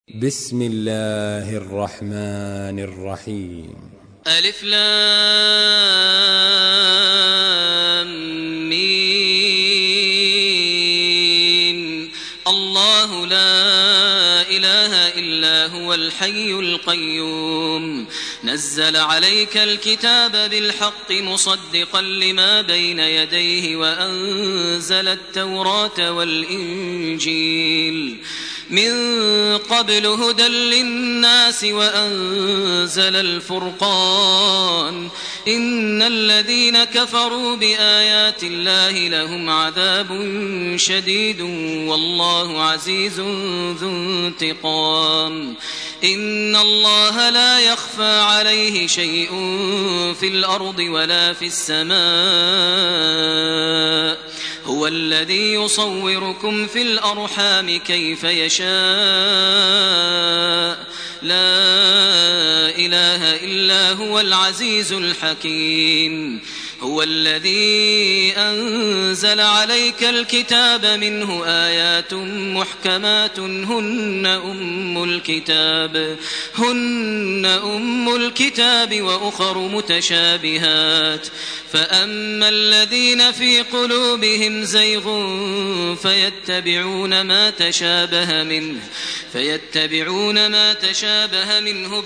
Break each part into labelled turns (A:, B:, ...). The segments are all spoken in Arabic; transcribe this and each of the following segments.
A: بسم الله الرحمن الرحيم.
B: ألف لام ميم. الله لا إله إلا هو الحي القيوم نزل عليك الكتاب بالحق مصدقا لما بين يديه وأنزل التوراة والإنجيل من قبل هدى للناس وأنزل الفرقان إن الذين كفروا بآيات الله لهم عذاب شديد والله عزيز ذو انتقام إن الله لا يخفى عليه شيء في الأرض ولا في السماء هو الذي يصوركم في الأرحام كيف يشاء لا إله إلا هو العزيز الحكيم هو الذي أنزل عليك الكتاب منه آيات محكمات هن أم الكتاب وأخر متشابهات فأما الذين في قلوبهم زيغ فيتبعون ما تشابه منه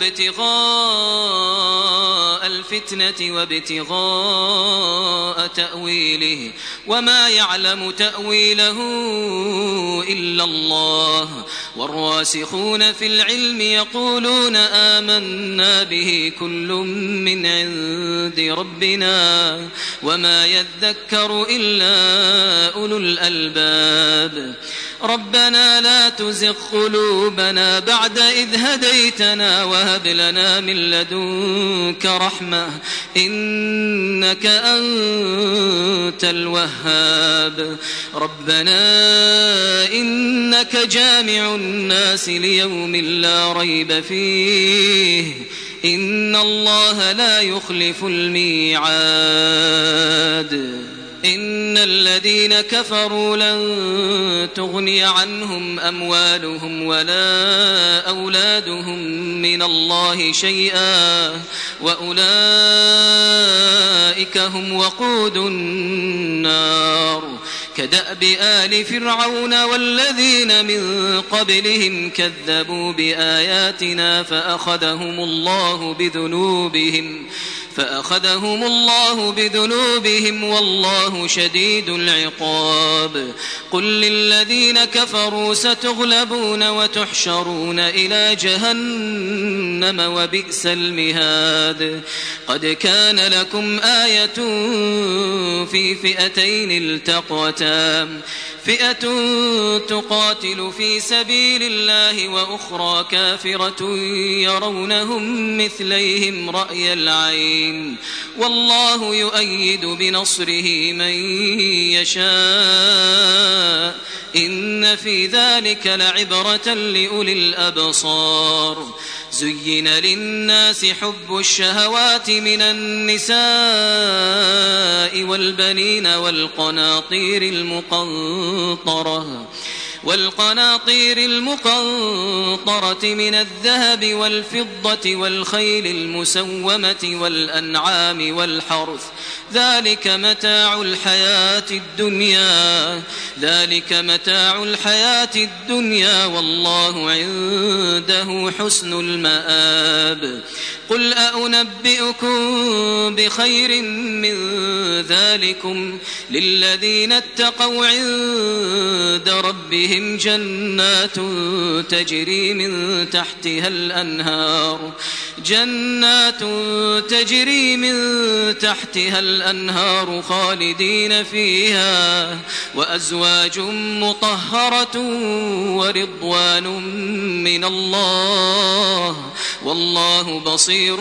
B: ابتغاء الفتنة وابتغاء تأويله وما يعلم تأويله إلا الله والراسخون في العلم يقولون آمنا به كل من عند ربنا وما يذكر إلا أولو الألباب ربنا لا تزغ قلوبنا بعد إذ هديتنا وهب لنا من لدنك رحمة إنك أنت الوهاب ربنا إنك جامع الناس ليوم لا ريب فيه إن الله لا يخلف الميعاد إن الذين كفروا لن تغني عنهم أموالهم ولا أولادهم من الله شيئا وأولئك هم وقود النار كدأب آل فرعون والذين من قبلهم كذبوا بآياتنا فأخذهم الله بذنوبهم والله شديد العقاب قل للذين كفروا ستغلبون وتحشرون إلى جهنم وبئس المهاد قد كان لكم آية في فئتين التقتا فئة تقاتل في سبيل الله وأخرى كافرة يرونهم مثليهم رأي العين والله يؤيد بنصره من يشاء إن في ذلك لعبرة لأولي الأبصار زين للناس حب الشهوات من النساء والبنين والقناطير المقنطرة من الذهب والفضة والخيل المسومة والأنعام والحرث ذلك متاع الحياة الدنيا والله عنده حسن المآب قل أنبئكم بخير من ذلكم للذين اتقوا عند ربهم جنات تجري من تحتها الأنهار خالدين فيها وأزواج مطهرة ورضوان من الله والله بصير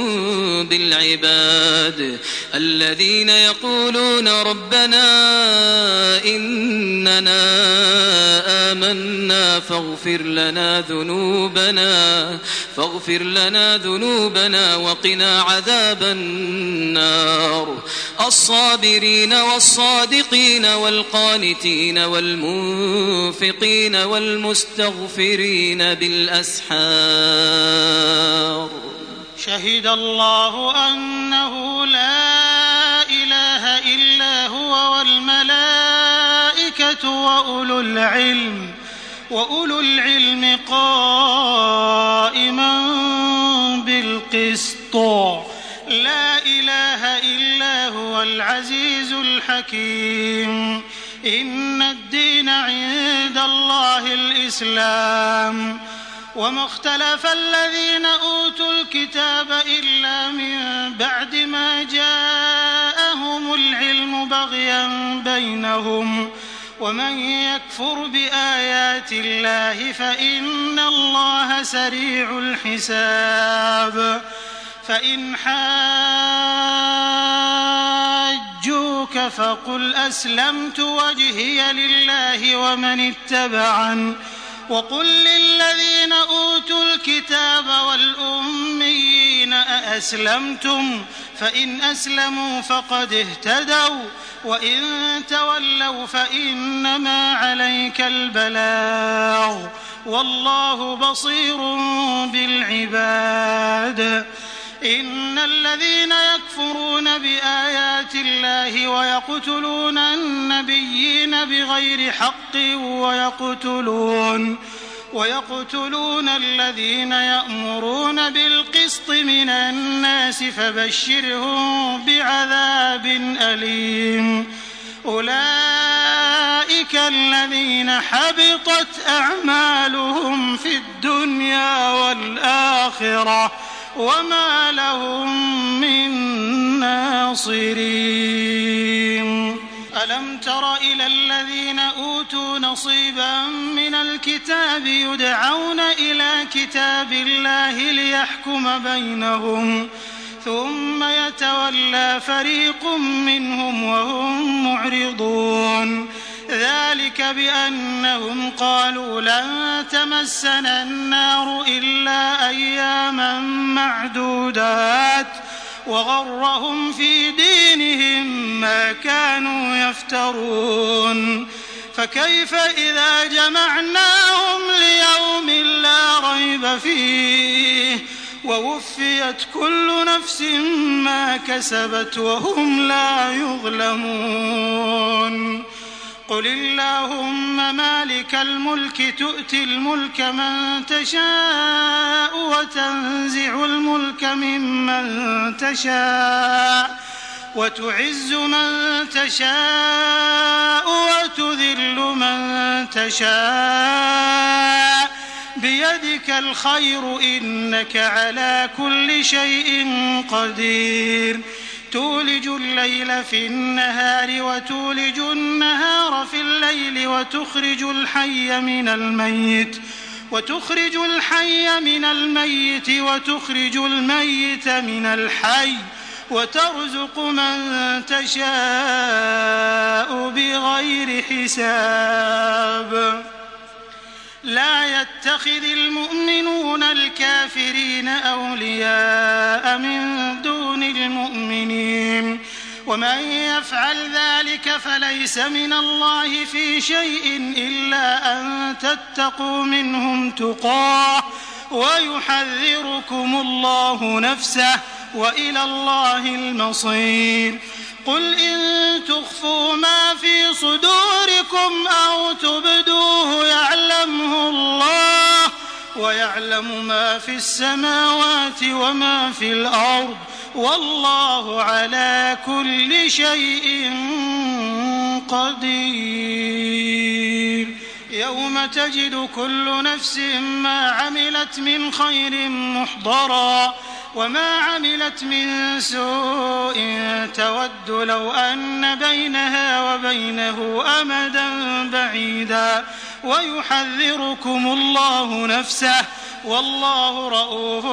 B: بالعباد الذين يقولون ربنا إننا آمنا فاغفر لنا ذنوبنا وقنا عذاب النار الصابرين والصادقين والقانتين والمنفقين والمستغفرين بالأسحار بالأسحار
C: شهد الله أنه لا إله إلا هو والملائكة وأولو العلم قائما بالقسط لا إله إلا هو العزيز الحكيم إن الدين عند الله الإسلام وما اختلف الذين أوتوا الكتاب إلا من بعد ما جاءهم العلم بغيا بينهم ومن يكفر بآيات الله فإن الله سريع الحساب فإن حاجوك فقل أسلمت وجهي لله ومن اتبعن وقل للذين أوتوا الكتاب والأميين أأسلمتم فإن أسلموا فقد اهتدوا وإن تولوا فإنما عليك البلاغ والله بصير بالعباد إن الذين يكفرون بآيات الله ويقتلون النبيين بغير حق ويقتلون الذين يأمرون بالقسط من الناس فبشرهم بعذاب أليم أولئك الذين حبطت أعمالهم في الدنيا والآخرة وما لهم من ناصرين ألم تر إلى الذين أوتوا نصيبا من الكتاب يدعون إلى كتاب الله ليحكم بينهم ثم يتولى فريق منهم وهم معرضون ذلك بأنهم قالوا لن تمسنا النار إلا أياما معدودات وغرهم في دينهم ما كانوا يفترون فكيف إذا جمعناهم ليوم لا ريب فيه ووفيت كل نفس ما كسبت وهم لا يظلمون قل اللهم مالك الملك تؤتي الملك من تشاء وتنزع الملك ممن تشاء وتعز من تشاء وتذل من تشاء بيدك الخير إنك على كل شيء قدير تولج الليل في النهار وتولج النهار في الليل وتخرج الحي من الميت وتخرج الميت من الحي وترزق من تشاء بغير حساب لا يتخذ المؤمنون الكافرين أولياء من دون المؤمنين ومن يفعل ذلك فليس من الله في شيء إلا أن تتقوا منهم تقاه ويحذركم الله نفسه وإلى الله المصير قل إن تخفوا ما في صدوركم أو تبدوه يعلمه الله ويعلم ما في السماوات وما في الأرض والله على كل شيء قدير يوم تجد كل نفس ما عملت من خير محضرا وما عملت من سوء تود لو أن بينها وبينه أمدا بعيدا ويحذركم الله نفسه والله رؤوف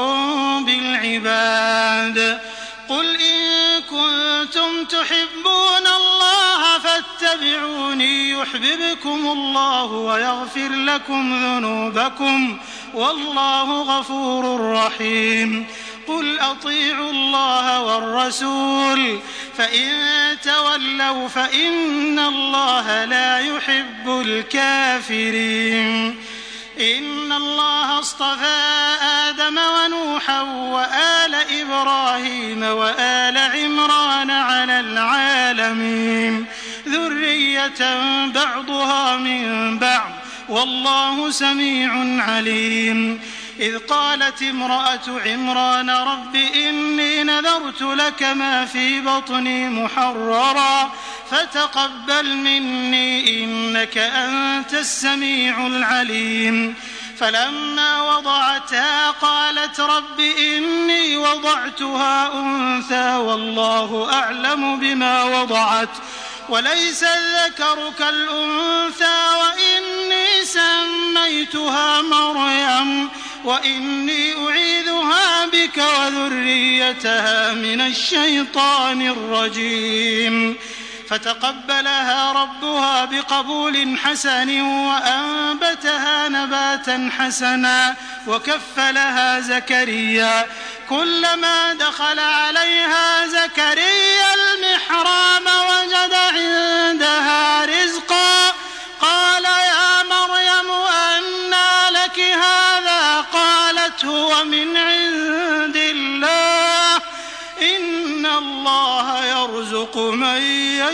C: بالعباد قل إن كنتم تحبون الله فاتبعوني يحببكم الله ويغفر لكم ذنوبكم والله غفور رحيم قل أطيعوا الله والرسول فإن تولوا فإن الله لا يحب الكافرين إن الله اصطفى آدم ونوحا وآل إبراهيم وآل عمران على العالمين ذرية بعضها من بعض والله سميع عليم. إذ قالت امرأة عمران رب إني نذرت لك ما في بطني محررا فتقبل مني إنك أنت السميع العليم. فلما وضعتها قالت رب إني وضعتها أنثى والله أعلم بما وضعت وليس الذكر كالأنثى وإني سميتها مريم وإني أعيذها بك وذريتها من الشيطان الرجيم. فتقبلها ربها بقبول حسن وأنبتها نباتا حسنا وكفلها زكريا. كلما دخل عليها زكريا المحراب وجد عندها رزقا قال يا مريم أنى لك هذا قالت هو من عند الله إن الله يرزق من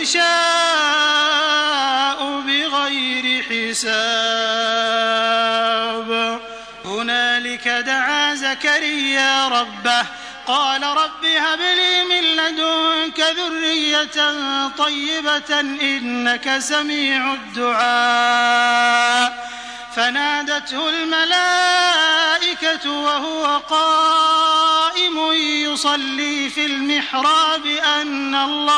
C: يشاء بغير حساب. هنالك دعا زكريا ربه قال رب هب لي من لدنك ذرية طيبة إنك سميع الدعاء. فنادته الملائكة وهو قائم يصلي في المحراب أن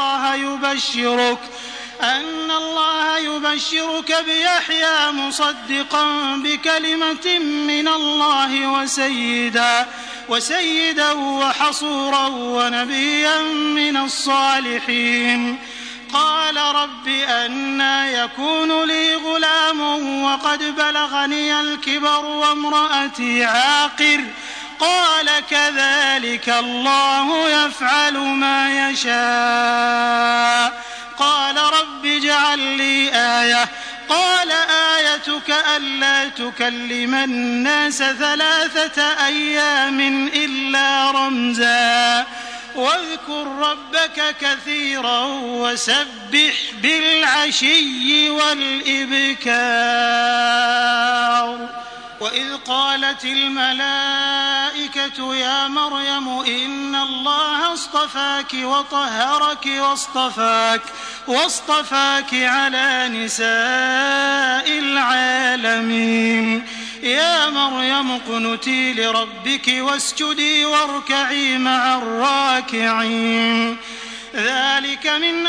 C: الله يبشرك بيحيى مصدقا بكلمة من الله وسيدا وحصورا ونبيا من الصالحين. قال رب أنى يكون لي غلام وقد بلغني الكبر وامرأتي عاقر قال كذلك الله يفعل ما يشاء. قال رب اجعل لي آية قال آيتك ألا تكلم الناس 3 أيام إلا رمزا واذكر ربك كثيرا وسبح بالعشي والإبكار. وإذ قالت الملائكة يا مريم إن الله اصطفاك وطهرك واصطفاك على نساء العالمين. يا مريم اقنتي لربك واسجدي واركعي مع الراكعين. ذلك من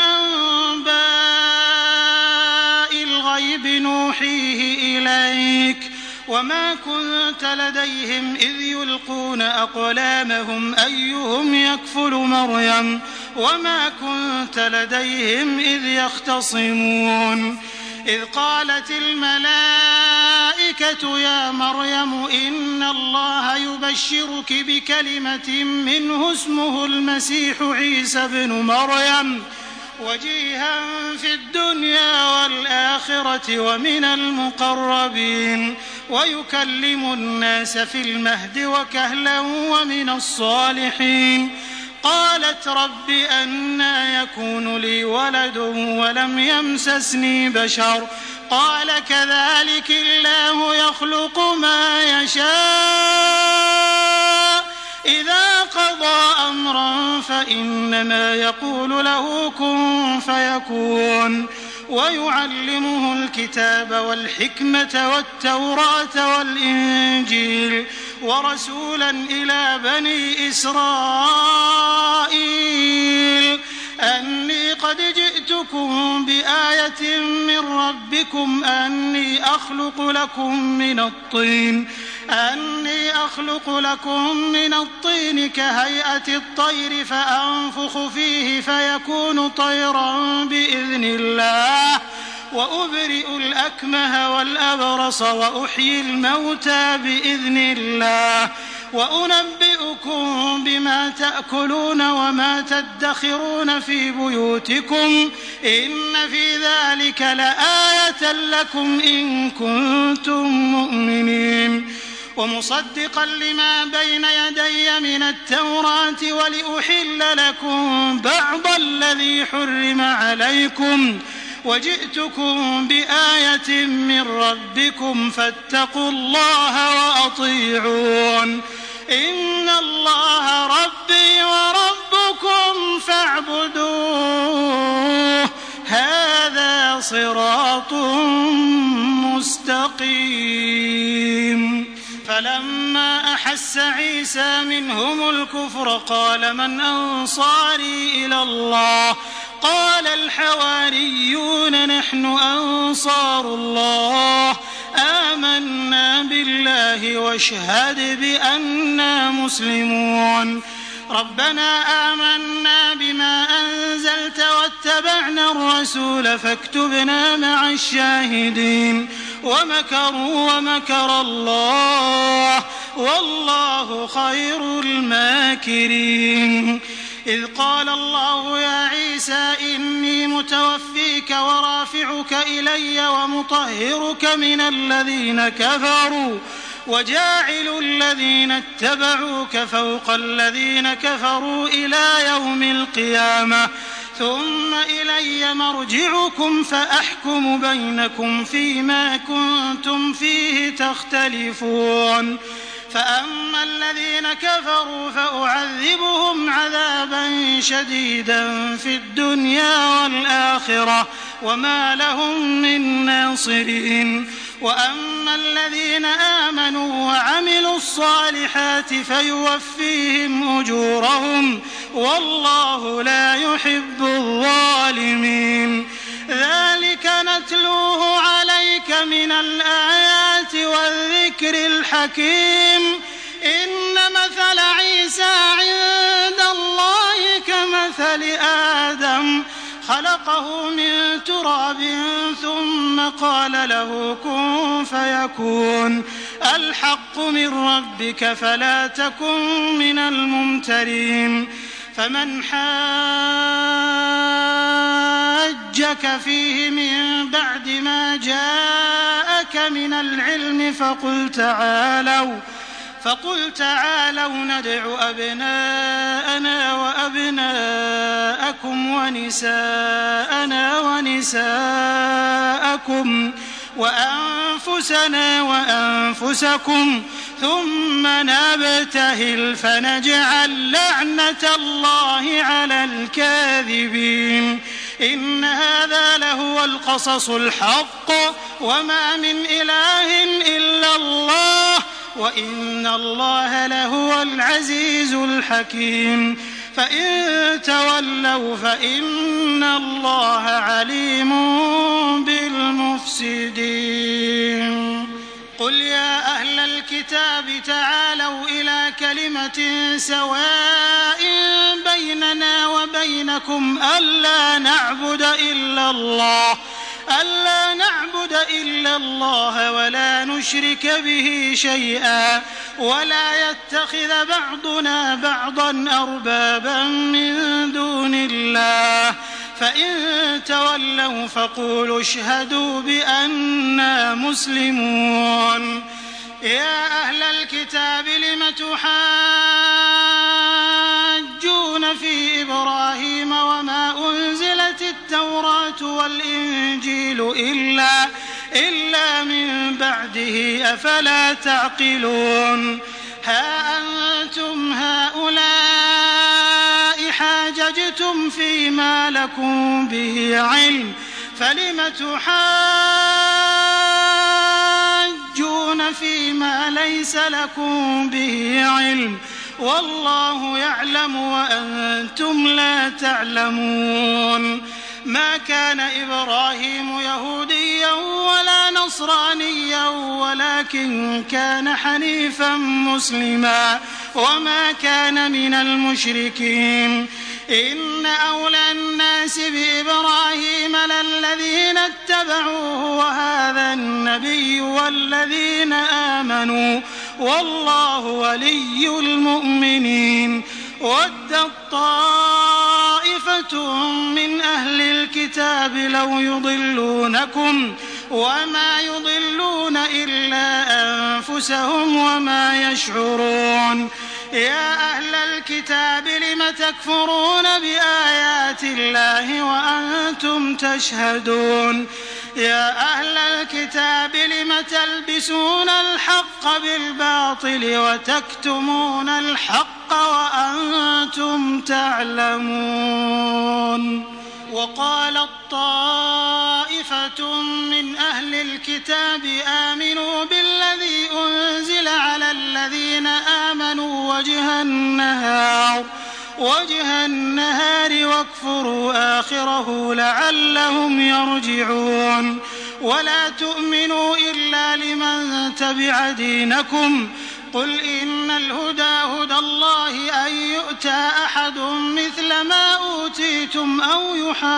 C: أنباء الغيب نوحيه إليك وما كنت لديهم إذ يلقون أقلامهم أيهم يكفل مريم وما كنت لديهم إذ يختصمون. إذ قالت الملائكة يا مريم إن الله يبشرك بكلمة منه اسمه المسيح عيسى بن مريم وجيها في الدنيا والآخرة ومن المقربين ويكلم الناس في المهد وكهلا ومن الصالحين. قالت رب أنى يكون لي ولد ولم يمسسني بشر قال كذلك الله يخلق ما يشاء إذا قضى أمرا فإنما يقول له كن فيكون. ويعلمه الكتاب والحكمة والتوراة والإنجيل ورسولا إلى بني إسرائيل أني قد جئتكم بآية من ربكم أني أخلق لكم من الطين كهيئة الطير فأنفخ فيه فيكون طيرا بإذن الله وأبرئ الأكمه والأبرص وأحيي الموتى بإذن الله وأنبئكم بما تأكلون وما تدخرون في بيوتكم إن في ذلك لآية لكم إن كنتم مؤمنين ومصدقا لما بين يدي من التوراة ولأحل لكم بعض الذي حرم عليكم وجئتكم بآية من ربكم فاتقوا الله وأطيعون إن الله ربي وربكم فاعبدوه هذا صراط مستقيم فلما أحس عيسى منهم الكفر قال من أنصاري إلى الله قال الحواريون نحن أنصار الله آمنا بالله واشهد بأننا مسلمون ربنا آمنا بما أنزلت واتبعنا الرسول فاكتبنا مع الشاهدين ومكروا ومكر الله والله خير الماكرين إذ قال الله يا عيسى إني متوفيك ورافعك إلي ومطهرك من الذين كفروا وجاعل الذين اتبعوك فوق الذين كفروا إلى يوم القيامة ثم إلي مرجعكم فأحكم بينكم فيما كنتم فيه تختلفون فأما الذين كفروا فأعذبهم عذابا شديدا في الدنيا والآخرة وما لهم من ناصرين وأما الذين آمنوا وعملوا الصالحات فيوفيهم أجورهم والله لا يحب الظالمين ذلك نتلوه عليك من الآيات والذكر الحكيم إن مثل عيسى عند الله كمثل آدم خلقه من تراب ثم قال له كن فيكون الحق من ربك فلا تكن من الممترين فمن حاجك فيه من بعد ما جاءك من العلم فقل تعالوا ندع أبناءنا وأبناءكم ونساءنا ونساءكم وأنفسنا وأنفسكم ثم نبتهل فنجعل لعنة الله على الكاذبين إن هذا لهو القصص الحق وما من إله إلا الله وإن الله لهو العزيز الحكيم فإن تولوا فإن الله عليم بالمفسدين قل يا أهل الكتاب تعالوا إلى كلمة سواء بيننا وبينكم ألا نعبد إلا الله ولا نشرك به شيئا ولا يتخذ بعضنا بعضا أربابا من دون الله فإن تولوا فقولوا اشهدوا بأننا مسلمون يا أهل الكتاب لم تحاجون في إبراهيم وما أنزلت التوراة والإنجيل إلا من بعده أفلا تعقلون ها أنتم هؤلاء حاججتم فيما لكم به علم فلم تحاجون فيما ليس لكم به علم والله يعلم وأنتم لا تعلمون ما كان إبراهيم يهوديا ولا نصرانيا ولكن كان حنيفا مسلما وما كان من المشركين إن أولى الناس بإبراهيم للذين اتبعوه وهذا النبي والذين آمنوا والله ولي المؤمنين. ودت طائفة من أهل الكتاب لو يضلونكم وما يضلون إلا أنفسهم وما يشعرون. يا أهل الكتاب لم تكفرون بآيات الله وأنتم تشهدون. يا أهل الكتاب لم تلبسون الحق بالباطل وتكتمون الحق وأنتم تعلمون. وقالت طائفة من أهل الكتاب آمنوا بالذي أنزل على الذين آمنوا وجه النهار واكفروا آخره لعلهم يرجعون. ولا تؤمنوا إلا لمن تبع دينكم. قل إن الهدى هدى الله أن يؤتى أحد مثل ما أوتيتم أو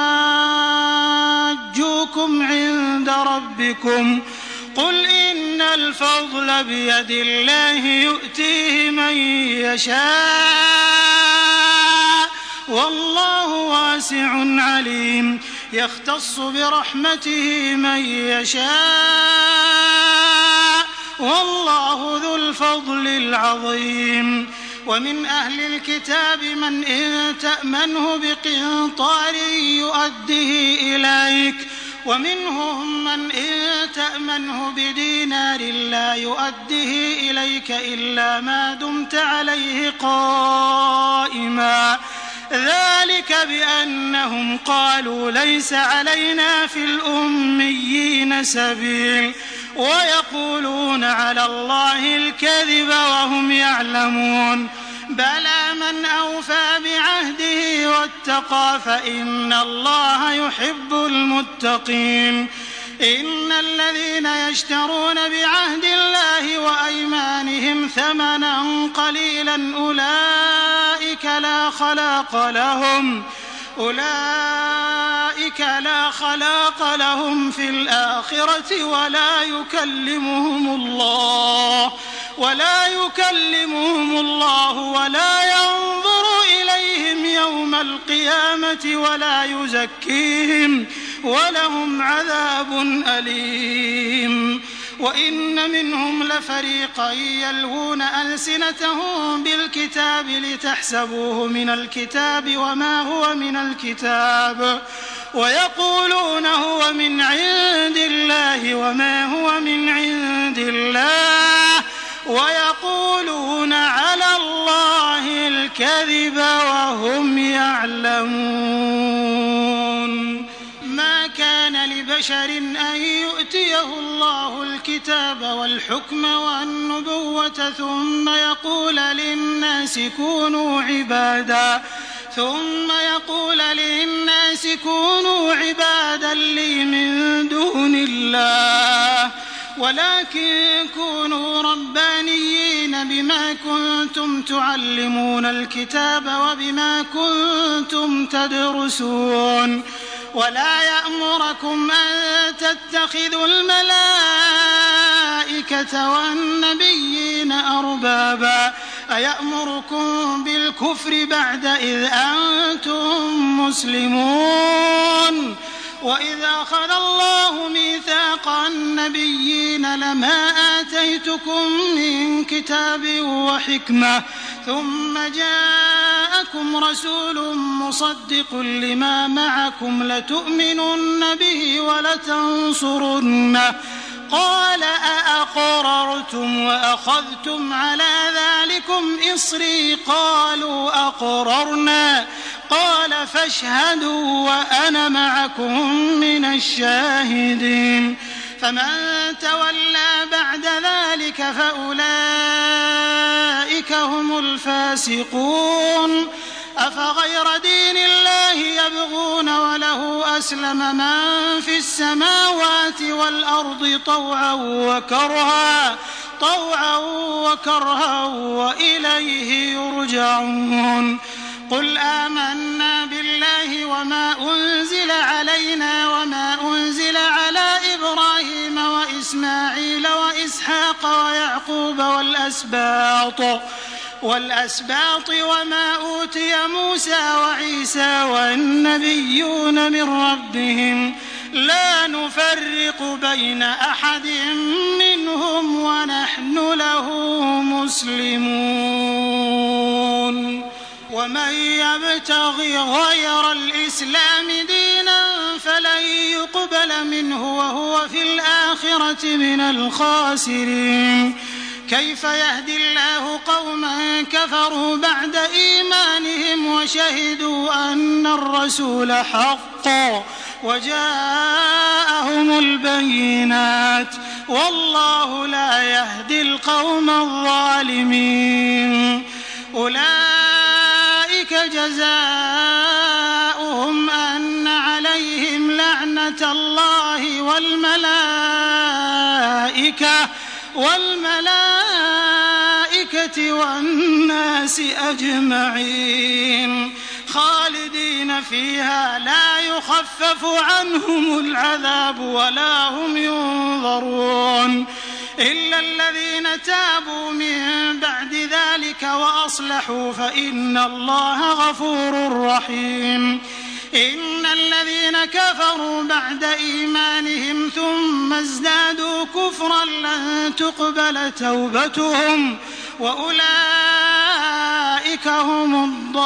C: يحاجوكم عند ربكم. قل إن الفضل بيد الله يؤتيه من يشاء والله واسع عليم. يختص برحمته من يشاء والله ذو الفضل العظيم. ومن أهل الكتاب من إن تأمنه بقنطار يؤده إليك ومنهم من إن تأمنه بدينار لا يؤده إليك إلا ما دمت عليه قائما. ذلك بأنهم قالوا ليس علينا في الأميين سبيل ويقولون على الله الكذب وهم يعلمون. بلى من أوفى بعهده واتقى فإن الله يحب المتقين. إن الذين يشترون بعهد الله وأيمانهم ثمنا قليلا أولئك لا خلاق لهم في الآخرة ولا يكلمهم الله ولا ينظر إليهم يوم القيامة ولا يزكيهم ولهم عذاب أليم. وإن منهم لفريقا يلوون ألسنتهم بالكتاب لتحسبوه من الكتاب وما هو من الكتاب ويقولون هو من عند الله وما هو من عند الله ويقولون على الله الكذب وهم يعلمون. ما كان لبشر أن يؤتيه الله الكتاب والحكم والنبوة ثم يقول للناس كونوا عبادا لي من دون الله ولكن كونوا ربانيين بما كنتم تعلمون الكتاب وبما كنتم تدرسون. ولا يأمركم أن تتخذوا الملائكة والنبيين أربابا أيأمركم بالكفر بعد إذ أنتم مسلمون. وإذ أخذ الله ميثاق النبيين لما آتيتكم من كتاب وحكمة ثم جاءكم رسول مصدق لما معكم لتؤمنن به ولتنصرنه قال أأقررتم وأخذتم على ذلكم إصري قالوا أقررنا قال فاشهدوا وأنا معكم من الشاهدين. فمن تولى بعد ذلك فأولئك هم الفاسقون. أفغير دين الله يبغون وله أسلم من في السماوات والأرض طوعا وكرها وإليه يرجعون. قل آمنا بالله وما أنزل علينا وما أنزل على إبراهيم وإسماعيل وإسحاق ويعقوب والأسباط وما أوتي موسى وعيسى والنبيون من ربهم لا نفرق بين أحد منهم ونحن له مسلمون. ومن يبتغي غير الإسلام دينا فلن يقبل منه وهو في الآخرة من الخاسرين. كيف يهدي الله قوما كفروا بعد إيمانهم وشهدوا أن الرسول حق وجاءهم البينات والله لا يهدي القوم الظالمين. أولئك جزاؤهم أن عليهم لعنة الله والملائكة والناس أجمعين خالدين فيها لا يخفف عنهم العذاب ولا هم ينظرون إلا الذين تابوا من بعد ذلك وأصلحوا فإن الله غفور رحيم. إن الذين كفروا بعد إيمانهم ثم ازدادوا كفرا لن تقبل توبتهم وأولئك هم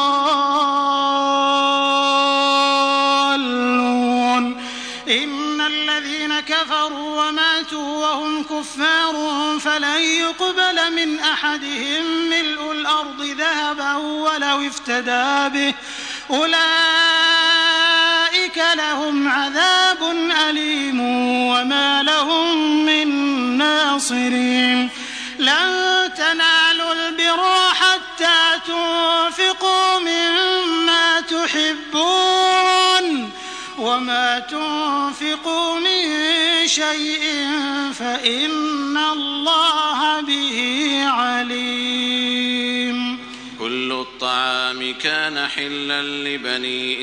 C: الضالون. إن الذين كفروا وماتوا وهم كفار فلن يقبل من أحدهم ملء الأرض ذهبا ولو افتدى به أولئك لهم عذاب أليم وما لهم من ناصرين. لن تنالوا البر حتى تنفقوا مما تحبون وما تنفقوا من شيء فإن الله به عليم.
D: كل الطعام كان حلا لبني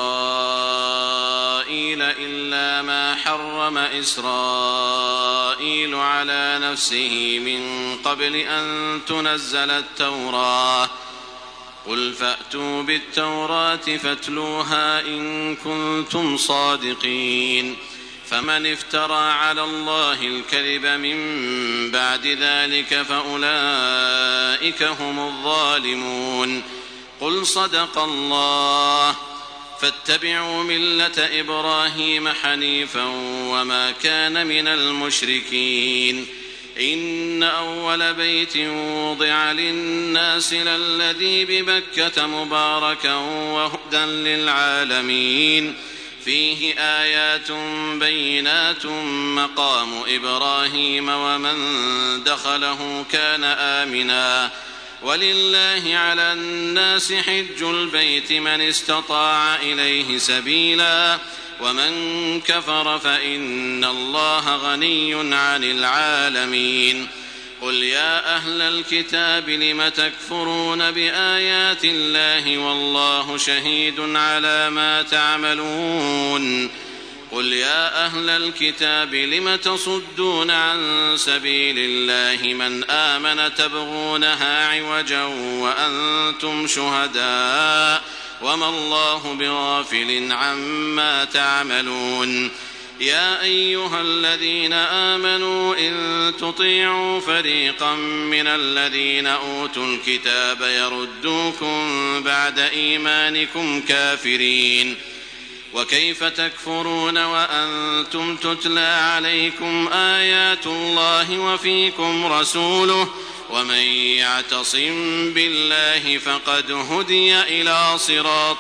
D: إسرائيل إلا ما حرم إسرائيل على نفسه من قبل أن تنزل التوراة. قل فأتوا بالتوراة فاتلوها إن كنتم صادقين. فمن افترى على الله الكذب من بعد ذلك فأولئك هم الظالمون. قل صدق الله فاتبعوا ملة إبراهيم حنيفا وما كان من المشركين. إن أول بيت وضع للناس للذي ببكة مباركا وهدى للعالمين فيه آيات بينات مقام إبراهيم ومن دخله كان آمنا ولله على الناس حج البيت من استطاع إليه سبيلا ومن كفر فإن الله غني عن العالمين. قل يا أهل الكتاب لم تكفرون بآيات الله والله شهيد على ما تعملون. قل يا أهل الكتاب لم تصدون عن سبيل الله من آمن تبغونها عوجا وأنتم شهداء وما الله بغافل عما تعملون. يا أيها الذين آمنوا إن تطيعوا فريقا من الذين أوتوا الكتاب يردوكم بعد إيمانكم كافرين. وكيف تكفرون وأنتم تتلى عليكم آيات الله وفيكم رسوله ومن يعتصم بالله فقد هدي إلى صراط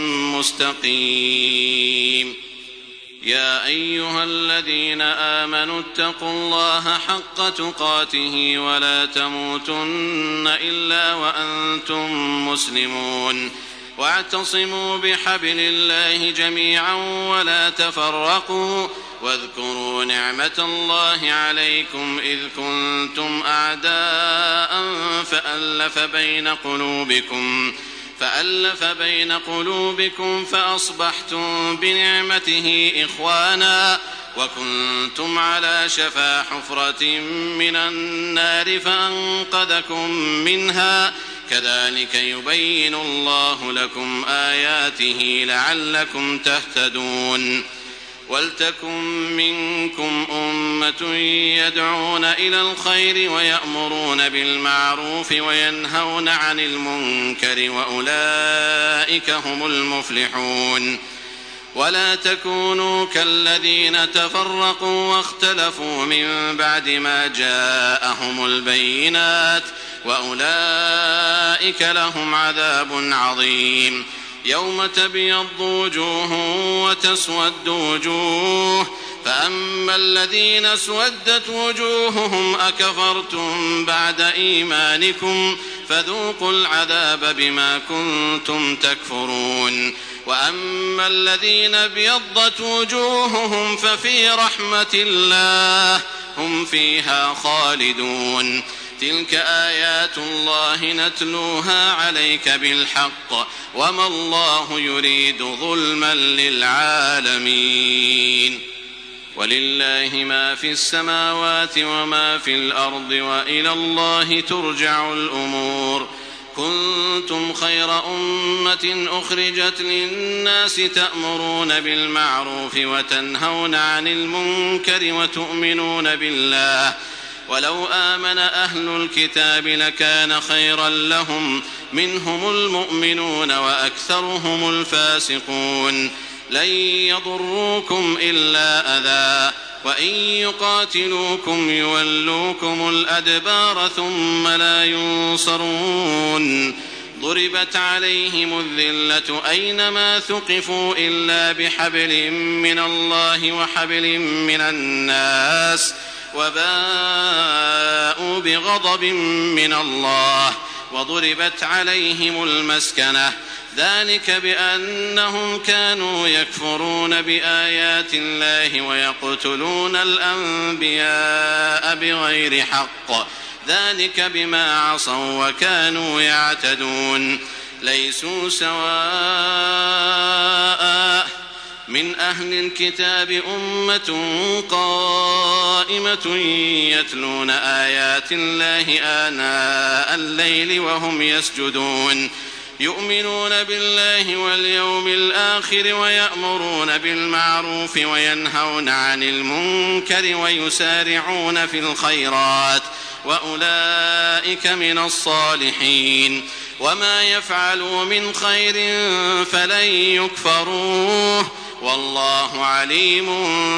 D: مستقيم. يا أيها الذين آمنوا اتقوا الله حق تقاته ولا تموتن إلا وأنتم مسلمون. واعتصموا بحبل الله جميعا ولا تفرقوا واذكروا نعمة الله عليكم إذ كنتم أعداء فألف بين قلوبكم فأصبحتم بنعمته إخوانا وكنتم على شفا حفرة من النار فأنقذكم منها كذلك يبين الله لكم آياته لعلكم تهتدون ولتكن منكم أمة يدعون إلى الخير ويأمرون بالمعروف وينهون عن المنكر وأولئك هم المفلحون ولا تكونوا كالذين تفرقوا واختلفوا من بعد ما جاءهم البينات وأولئك لهم عذاب عظيم يوم تبيض وجوه وتسود وجوه فأما الذين اسودت وجوههم أكفرتم بعد إيمانكم فذوقوا العذاب بما كنتم تكفرون وأما الذين ابيضت وجوههم ففي رحمة الله هم فيها خالدون تلك آيات الله نتلوها عليك بالحق وما الله يريد ظلما للعالمين ولله ما في السماوات وما في الأرض وإلى الله ترجع الأمور كنتم خير أمة أخرجت للناس تأمرون بالمعروف وتنهون عن المنكر وتؤمنون بالله ولو آمن أهل الكتاب لكان خيرا لهم منهم المؤمنون وأكثرهم الفاسقون لن يضروكم إلا أذى وإن يقاتلوكم يولوكم الأدبار ثم لا ينصرون ضربت عليهم الذلة أينما ثقفوا إلا بحبل من الله وحبل من الناس وباءوا بغضب من الله وضربت عليهم المسكنة ذلك بأنهم كانوا يكفرون بآيات الله ويقتلون الأنبياء بغير حق ذلك بما عصوا وكانوا يعتدون ليسوا سواء من أهل الكتاب أمة قائمة يتلون آيات الله آناء الليل وهم يسجدون يؤمنون بالله واليوم الآخر ويأمرون بالمعروف وينهون عن المنكر ويسارعون في الخيرات وأولئك من الصالحين وما يفعلوا من خير فلن يكفروه والله عليم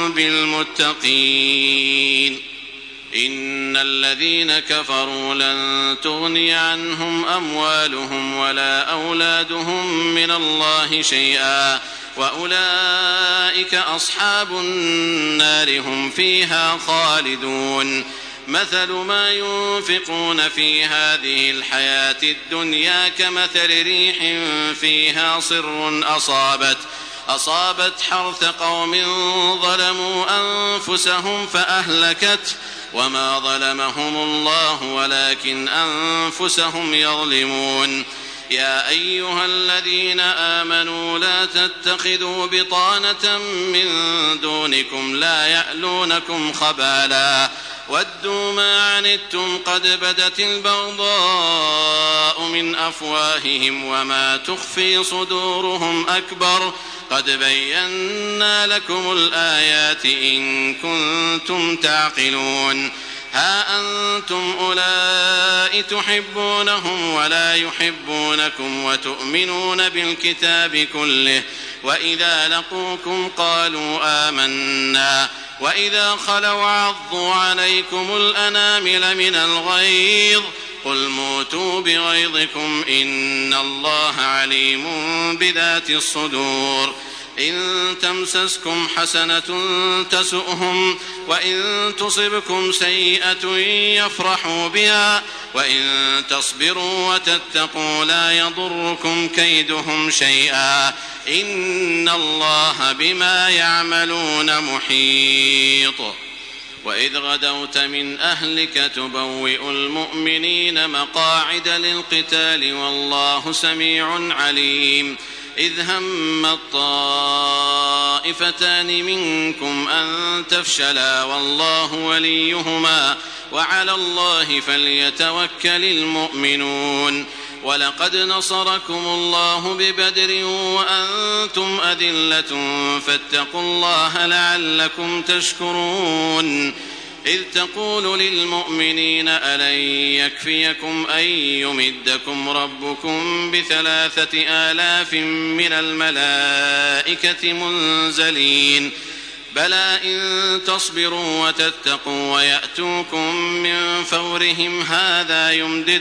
D: بالمتقين إن الذين كفروا لن تغني عنهم أموالهم ولا أولادهم من الله شيئا وأولئك أصحاب النار هم فيها خالدون مثل ما ينفقون في هذه الحياة الدنيا كمثل ريح فيها صر أصابت حرث قوم ظلموا أنفسهم فأهلكت وما ظلمهم الله ولكن أنفسهم يظلمون يا أيها الذين آمنوا لا تتخذوا بطانة من دونكم لا يألونكم خبالا ودوا ما عنتم قد بدت البغضاء من أفواههم وما تخفي صدورهم أكبر قد بينا لكم الآيات إن كنتم تعقلون ها أنتم أولئك تحبونهم ولا يحبونكم وتؤمنون بالكتاب كله وإذا لقوكم قالوا آمنا وإذا خلوا عضوا عليكم الأنامل من الغيظ قل موتوا بغيظكم إن الله عليم بذات الصدور إن تمسسكم حسنة تسؤهم وإن تصبكم سيئة يفرحوا بها وإن تصبروا وتتقوا لا يضركم كيدهم شيئا إن الله بما يعملون محيط وإذ غدوت من أهلك تبوئ المؤمنين مقاعد للقتال والله سميع عليم إذ هم الطائفتان منكم أن تفشلا والله وليهما وعلى الله فليتوكل المؤمنون ولقد نصركم الله ببدر وأنتم أذلة فاتقوا الله لعلكم تشكرون إذ تقول للمؤمنين ألن يكفيكم أن يمدكم ربكم ب3,000 من الملائكة منزلين بلى إن تصبروا وتتقوا ويأتوكم من فورهم هذا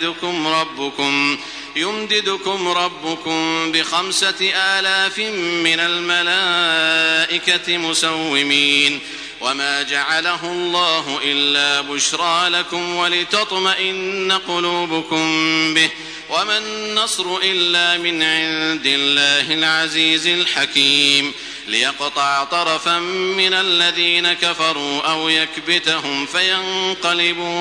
D: يمددكم ربكم ب5,000 من الملائكة مسومين وما جعله الله إلا بشرى لكم ولتطمئن قلوبكم به وما النصر إلا من عند الله العزيز الحكيم ليقطع طرفا من الذين كفروا أو يكبتهم فينقلبوا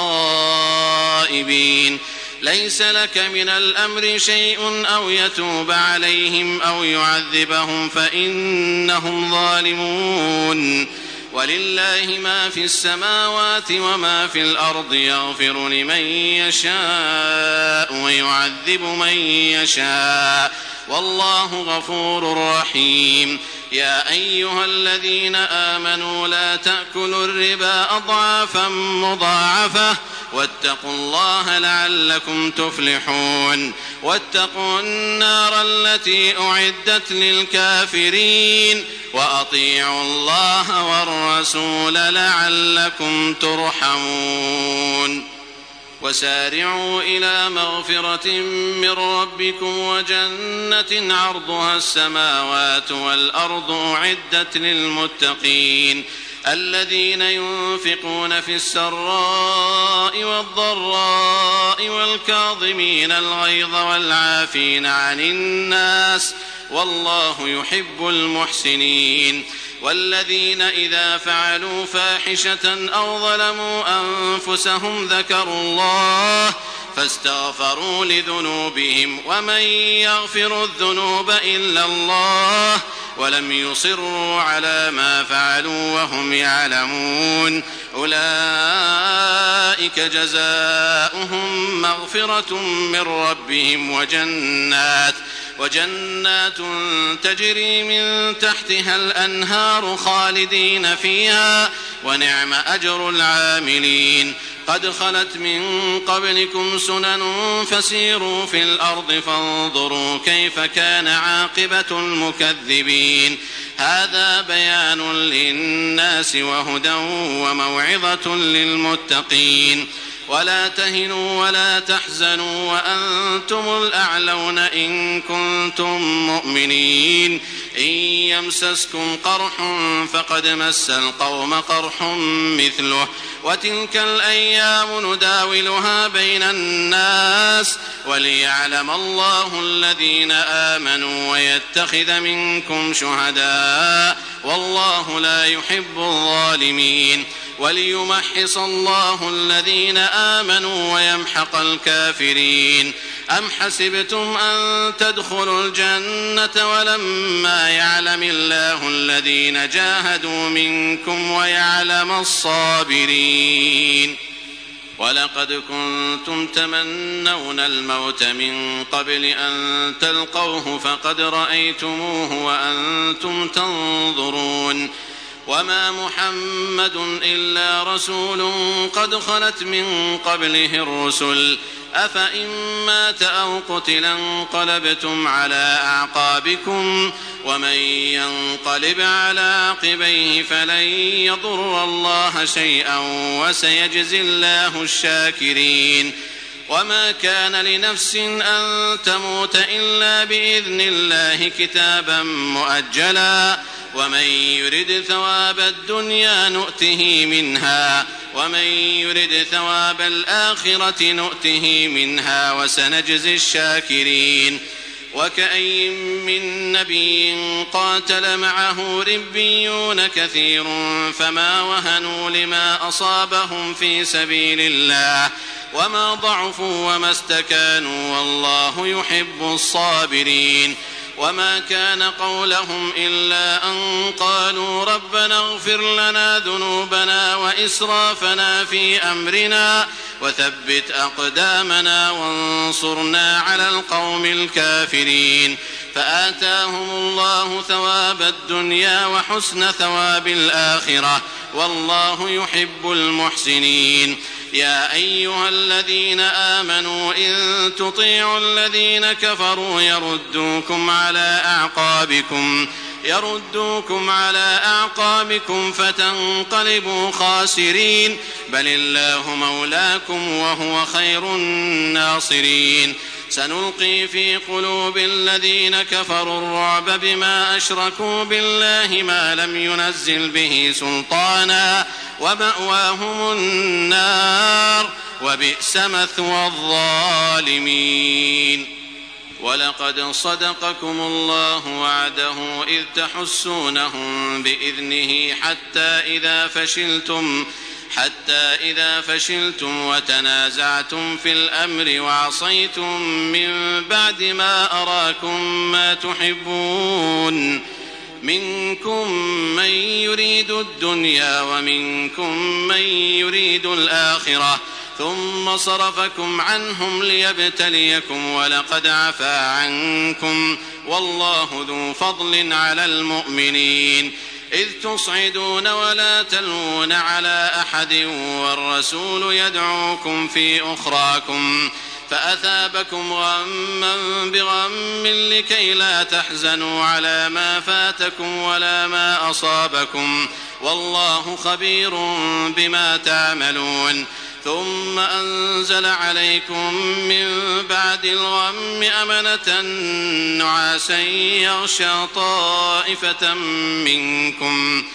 D: خائبين ليس لك من الأمر شيء أو يتوب عليهم أو يعذبهم فإنهم ظالمون ولله ما في السماوات وما في الأرض يغفر لمن يشاء ويعذب من يشاء والله غفور رحيم يا أيها الذين آمنوا لا تأكلوا الربا أضعافا مضاعفة واتقوا الله لعلكم تفلحون واتقوا النار التي أعدت للكافرين وأطيعوا الله والرسول لعلكم ترحمون وسارعوا إلى مغفرة من ربكم وجنة عرضها السماوات والأرض أعدت للمتقين الذين ينفقون في السراء والضراء والكاظمين الغيظ والعافين عن الناس والله يحب المحسنين والذين إذا فعلوا فاحشة أو ظلموا أنفسهم ذكروا الله فاستغفروا لذنوبهم ومن يغفر الذنوب إلا الله ولم يصروا على ما فعلوا وهم يعلمون أولئك جزاؤهم مغفرة من ربهم وجنات تجري من تحتها الأنهار خالدين فيها ونعم أجر العاملين قد خلت من قبلكم سنن فسيروا في الأرض فانظروا كيف كان عاقبة المكذبين هذا بيان للناس وهدى وموعظة للمتقين ولا تهنوا ولا تحزنوا وأنتم الأعلون إن كنتم مؤمنين إن يمسسكم قرح فقد مس القوم قرح مثله وتلك الأيام نداولها بين الناس وليعلم الله الذين آمنوا ويتخذ منكم شهداء والله لا يحب الظالمين وليمحص الله الذين آمنوا ويمحق الكافرين أم حسبتم أن تدخلوا الجنة ولما يعلم الله الذين جاهدوا منكم ويعلم الصابرين ولقد كنتم تمنون الموت من قبل أن تلقوه فقد رأيتموه وأنتم تنظرون وما محمد إلا رسول قد خلت من قبله الرسل أفإن مات أو قتل انقلبتم على أعقابكم ومن ينقلب على عقبيه فلن يضر الله شيئا وسيجزي الله الشاكرين وما كان لنفس أن تموت إلا بإذن الله كتابا مؤجلا ومن يرد ثواب الدنيا نؤته منها ومن يرد ثواب الآخرة نؤته منها وسنجزي الشاكرين وكأي من نبي قاتل معه ربيون كثير فما وهنوا لما أصابهم في سبيل الله وما ضعفوا وما استكانوا والله يحب الصابرين وما كان قولهم إلا أن قالوا ربنا اغفر لنا ذنوبنا وإسرافنا في أمرنا وثبت أقدامنا وانصرنا على القوم الكافرين فآتاهم الله ثواب الدنيا وحسن ثواب الآخرة والله يحب المحسنين. يا أيها الذين آمنوا إن تطيعوا الذين كفروا يردوكم على أعقابكم فتنقلبوا خاسرين بل الله مولاكم وهو خير الناصرين. سنلقي في قلوب الذين كفروا الرعب بما أشركوا بالله ما لم ينزل به سلطانا ومأواهم النار وبئس مثوى الظالمين. ولقد صدقكم الله وعده إذ تحسونهم بإذنه حتى إذا فشلتم وتنازعتم في الأمر وعصيتم من بعد ما أراكم ما تحبون منكم من يريد الدنيا ومنكم من يريد الآخرة ثم صرفكم عنهم ليبتليكم ولقد عفا عنكم والله ذو فضل على المؤمنين. إذ تصعدون ولا تلوون على أحد والرسول يدعوكم في أخراكم فأثابكم غما بغم لكي لا تحزنوا على ما فاتكم ولا ما أصابكم والله خبير بما تعملون. ثم أنزل عليكم من بعد الغم أمنة نعاسا يغشى طائفة منكم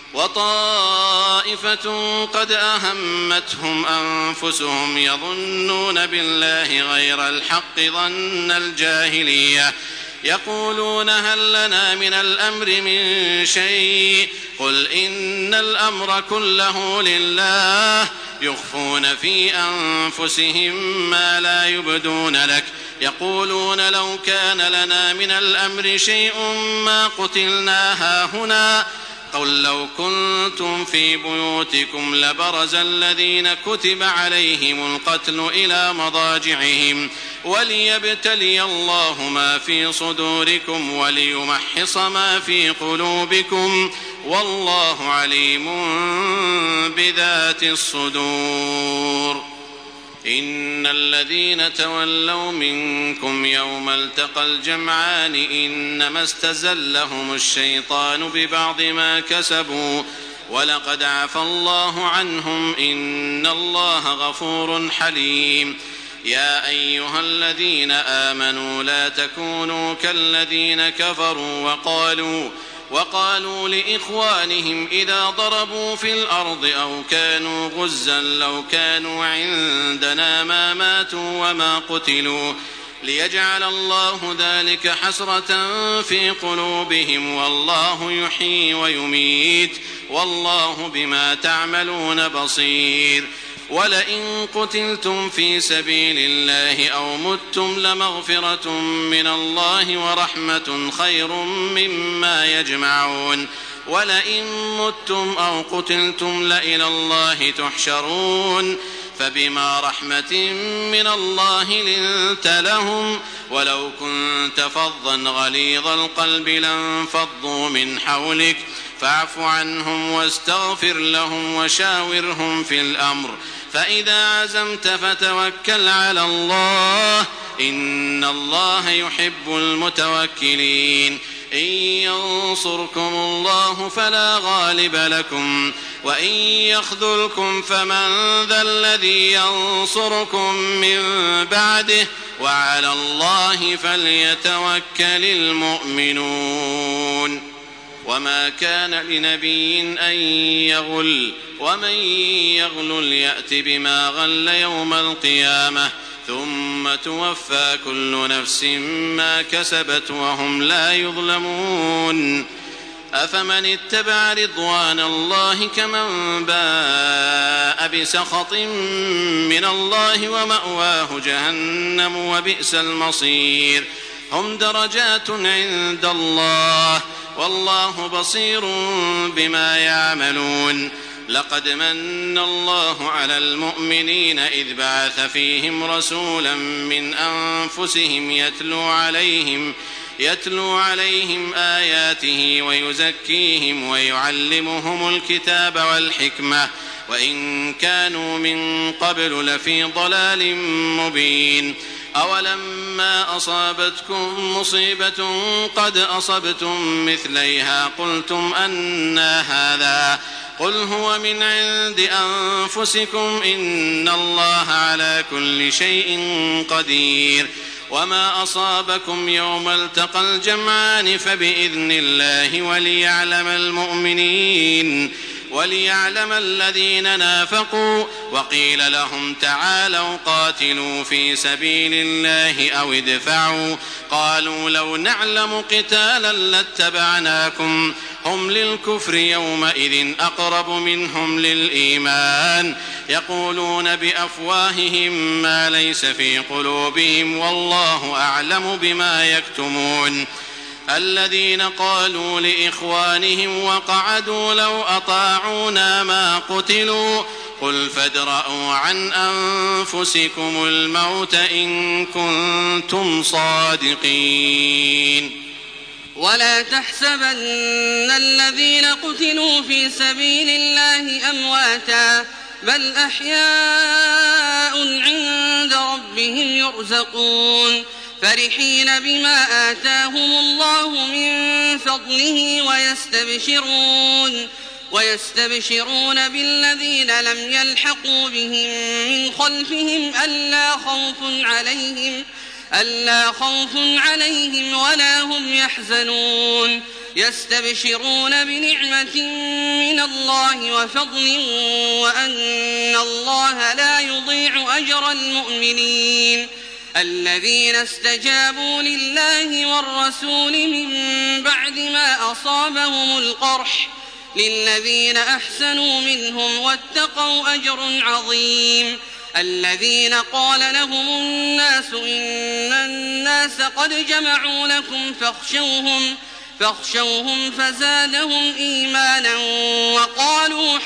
D: وطائفة قد أهمتهم أنفسهم يظنون بالله غير الحق ظن الجاهلية يقولون هل لنا من الأمر من شيء قل إن الأمر كله لله يخفون في أنفسهم ما لا يبدون لك يقولون لو كان لنا من الأمر شيء ما قتلنا هاهنا قل لو كنتم في بيوتكم لبرز الذين كتب عليهم القتل إلى مضاجعهم وليبتلي الله ما في صدوركم وليمحص ما في قلوبكم والله عليم بذات الصدور. إن الذين تولوا منكم يوم التقى الجمعان إنما استزلهم الشيطان ببعض ما كسبوا ولقد عفى الله عنهم إن الله غفور حليم. يا أيها الذين آمنوا لا تكونوا كالذين كفروا وقالوا لإخوانهم إذا ضربوا في الأرض أو كانوا غزا لو كانوا عندنا ما ماتوا وما قتلوا ليجعل الله ذلك حسرة في قلوبهم والله يحيي ويميت والله بما تعملون بصير. ولئن قتلتم في سبيل الله أو متم لمغفرة من الله ورحمة خير مما يجمعون. ولئن متم أو قتلتم لإلى الله تحشرون فبما رحمة من الله لنت لهم ولو كنت فظا غليظ القلب لانفضوا من حولك فاعف عنهم واستغفر لهم وشاورهم في الأمر فإذا عزمت فتوكل على الله إن الله يحب المتوكلين. إن ينصركم الله فلا غالب لكم وإن يخذلكم فمن ذا الذي ينصركم من بعده وعلى الله فليتوكل المؤمنون. وما كان لنبي أن يغل ومن يغل يأت بما غل يوم القيامة ثم توفى كل نفس ما كسبت وهم لا يظلمون. أفمن اتبع رضوان الله كمن باء بسخط من الله ومأواه جهنم وبئس المصير. هم درجات عند الله والله بصير بما يعملون لقد من الله على المؤمنين إذ بعث فيهم رسولا من أنفسهم يتلو عليهم آياته ويزكيهم ويعلمهم الكتاب والحكمة وإن كانوا من قبل لفي ضلال مبين أولما أصابتكم مصيبة قد أصبتم مثليها قلتم أنى هذا قل هو من عند أنفسكم إن الله على كل شيء قدير وما أصابكم يوم التقى الجمعان فبإذن الله وليعلم الذين نافقوا وقيل لهم تعالوا قاتلوا في سبيل الله أو ادفعوا قالوا لو نعلم قتالا لاتبعناكم هم للكفر يومئذ أقرب منهم للإيمان يقولون بأفواههم ما ليس في قلوبهم والله أعلم بما يكتمون الذين قالوا لإخوانهم وقعدوا لو أطاعونا ما قتلوا قل فادرءوا عن أنفسكم الموت إن كنتم صادقين
E: ولا تحسبن الذين قتلوا في سبيل الله أمواتا بل أحياء عند ربهم يرزقون فرحين بما آتاهم الله من فضله ويستبشرون بالذين لم يلحقوا بهم من خلفهم ألا خوف عليهم ولا هم يحزنون يستبشرون بنعمة من الله وفضل وأن الله لا يضيع أجر المؤمنين الذين استجابوا لله والرسول من بعد ما أصابهم القرح للذين أحسنوا منهم واتقوا أجر عظيم الذين قال لهم الناس إن الناس قد جمعوا لكم فاخشوهم فزادهم إيمانا وقالوا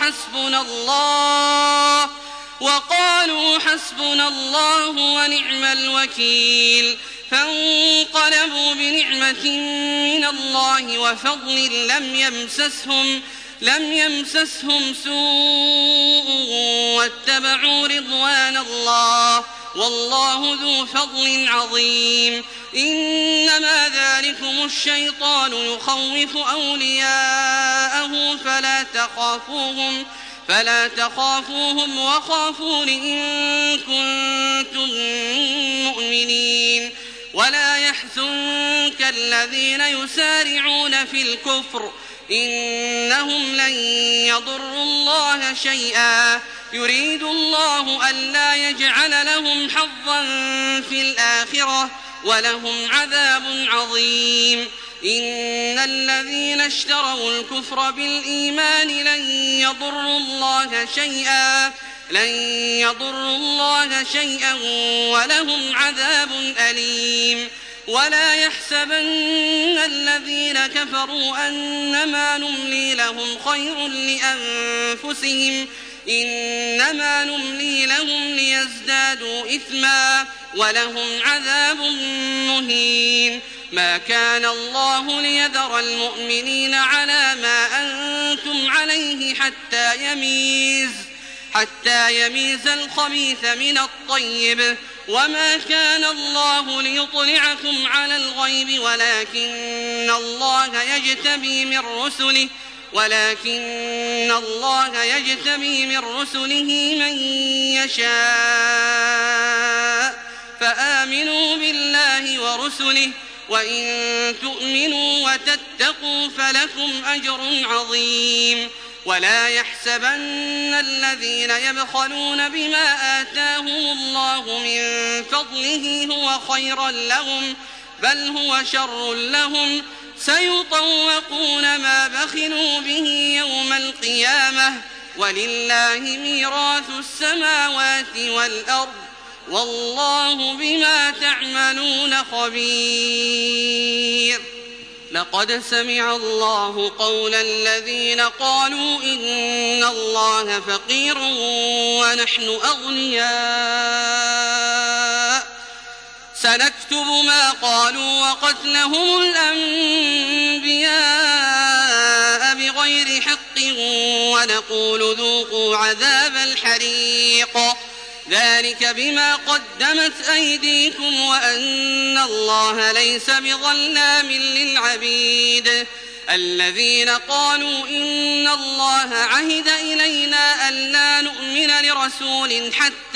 E: حسبنا الله ونعم الوكيل فانقلبوا بنعمة من الله وفضل لم يمسسهم سوء واتبعوا رضوان الله والله ذو فضل عظيم إنما ذلكم الشيطان يخوف أولياءه فلا تخافوهم وخافون إن كنتم مؤمنين ولا يحزنك الذين يسارعون في الكفر إنهم لن يضروا الله شيئا يريد الله ألا يجعل لهم حظا في الآخرة ولهم عذاب عظيم إن الذين اشتروا الكفر بالإيمان لن يضروا الله شيئا ولهم عذاب أليم ولا يحسبن الذين كفروا أنما نملي لهم خير لأنفسهم إنما نملي لهم ليزدادوا إثما ولهم عذاب مهين ما كان الله ليذر المؤمنين على ما أنتم عليه حتى يميز الخبيث من الطيب وما كان الله ليطلعكم على الغيب ولكن الله يجتبي من رسله من يشاء فآمنوا بالله ورسله وإن تؤمنوا وتتقوا فلكم أجر عظيم ولا يحسبن الذين يبخلون بما آتاهم الله من فضله هو خيرا لهم بل هو شر لهم سيطوقون ما بخلوا به يوم القيامة ولله ميراث السماوات والأرض والله بما تعملون خبير. لقد سمع الله قول الذين قالوا إن الله فقير ونحن أغنياء سنكتب ما قالوا وقتلهم الأنبياء بغير حق ونقول ذوقوا عذاب الحريق ذلك بما قدمت أيديكم وأن الله ليس بظلام للعبيد. الذين قالوا إن الله عهد إلينا ألا نؤمن لرسول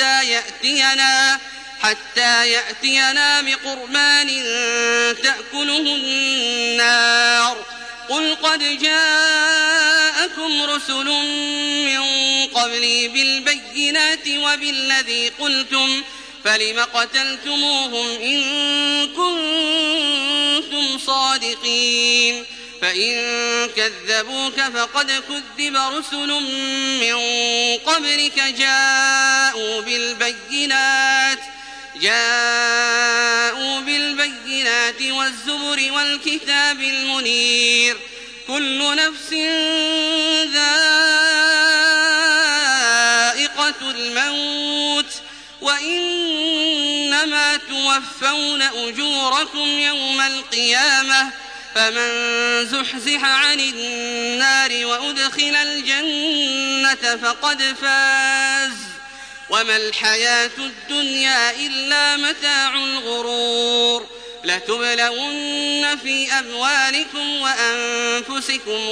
E: حتى يأتينا بقربان تأكله النار قل قد جاءكم رسل من قبلي بالبينات وبالذي قلتم فلم قتلتموهم إن كنتم صادقين. فإن كذبوك فقد كذب رسل من قبلك جاءوا بالبينات والزبر والكتاب المنير كل نفس ذائقة الموت وإنما توفون أجوركم يوم القيامة فمن زحزح عن النار وأدخل الجنة فقد فاز وما الحياة الدنيا إلا متاع الغرور. لتبلون في أموالكم وأنفسكم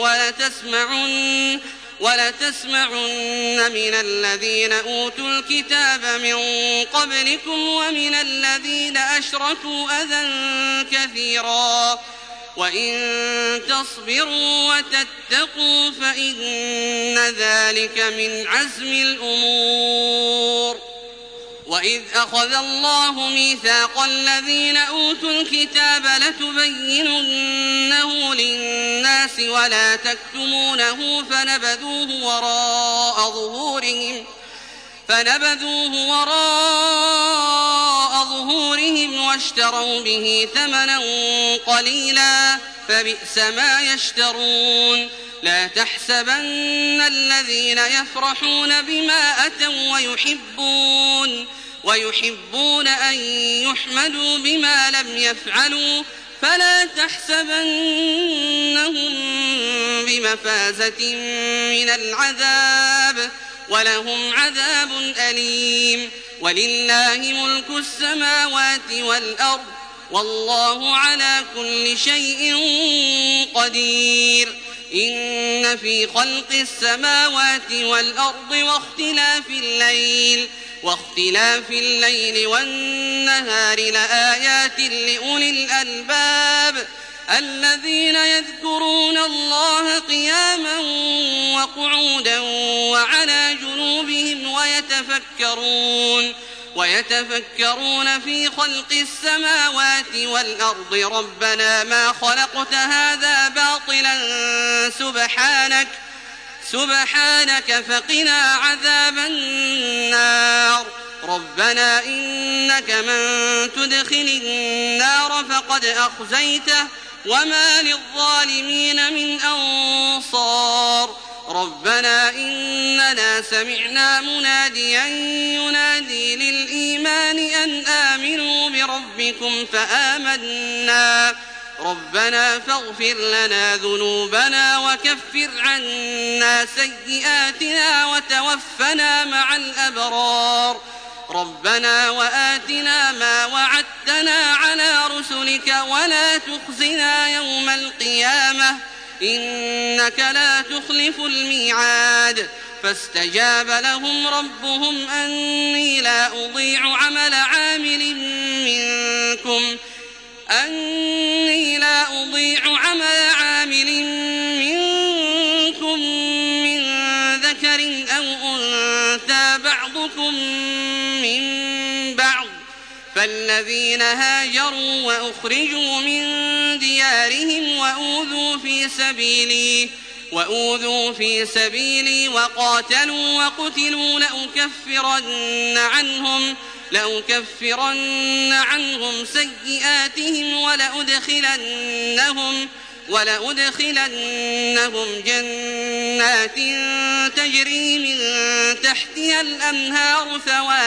E: ولتسمعن من الذين أوتوا الكتاب من قبلكم ومن الذين أشركوا أذى كثيرا وإن تصبروا وتتقوا فإن ذلك من عزم الأمور. وإذ أخذ الله ميثاق الذين أوتوا الكتاب لتبيننه للناس ولا تكتمونه فنبذوه وراء ظهورهم واشتروا به ثمنا قليلا فبئس ما يشترون. لا تحسبن الذين يفرحون بما أتوا ويحبون أن يحمدوا بما لم يفعلوا فلا تحسبنهم بمفازة من العذاب ولهم عذاب أليم. ولله ملك السماوات والأرض والله على كل شيء قدير. إن في خلق السماوات والأرض واختلاف الليل والنهار لآيات لأولي الألباب الذين يذكرون الله قياما وقعودا وعلى جنوبهم ويتفكرون في خلق السماوات والأرض ربنا ما خلقت هذا باطلا سبحانك فقنا عذاب النار. ربنا إنك من تدخل النار فقد أخزيته وما للظالمين من أنصار. ربنا إننا سمعنا مناديا ينادي للإيمان أن آمنوا بربكم فآمنا ربنا فاغفر لنا ذنوبنا وكفر عنا سيئاتنا وتوفنا مع الأبرار. ربنا وآتنا ما وعدتنا على رسلك ولا تخزنا يوم القيامة إنك لا تخلف الميعاد. فاستجاب لهم ربهم أني لا أضيع عمل عامل منكم من ذكر أو أنثى بعضكم من بعض. فالذين هاجروا وأخرجوا من ديارهم وأوذوا في لأكفرن عنهم سيئاتهم ولأدخلنهم جنات تجري من تحتها الأنهار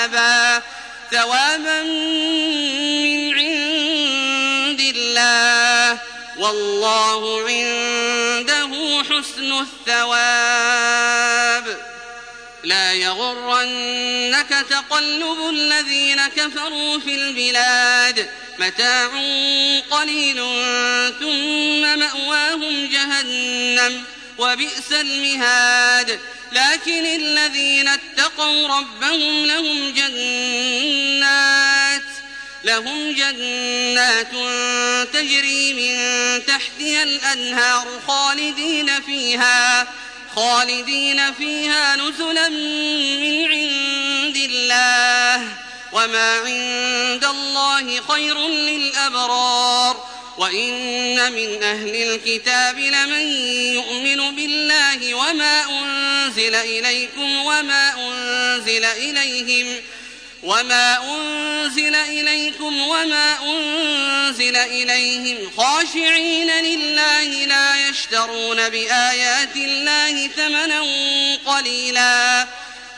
E: ثوابا من عند الله والله عنده حسن الثواب. لا يغرنك تقلب الذين كفروا في البلاد متاع قليل ثم مأواهم جهنم وبئس المهاد. لكن الذين اتقوا ربهم لهم جنات تجري من تحتها الأنهار خالدين فيها نزلا من عند الله وما عند الله خير للأبرار. وإن من أهل الكتاب لمن يؤمن بالله وما أنزل إليكم وما أنزل إليهم خاشعين لله لا يشترون بآيات الله ثمنا قليلا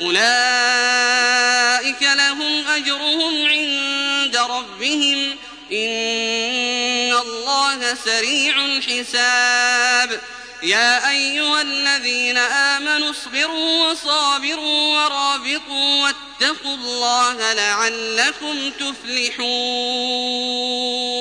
E: أولئك لهم أجرهم عند ربهم إن الله سريع الحساب. يا أيها الذين آمنوا اصبروا وصابروا ورابطوا واتقوا الله لعلكم تفلحون.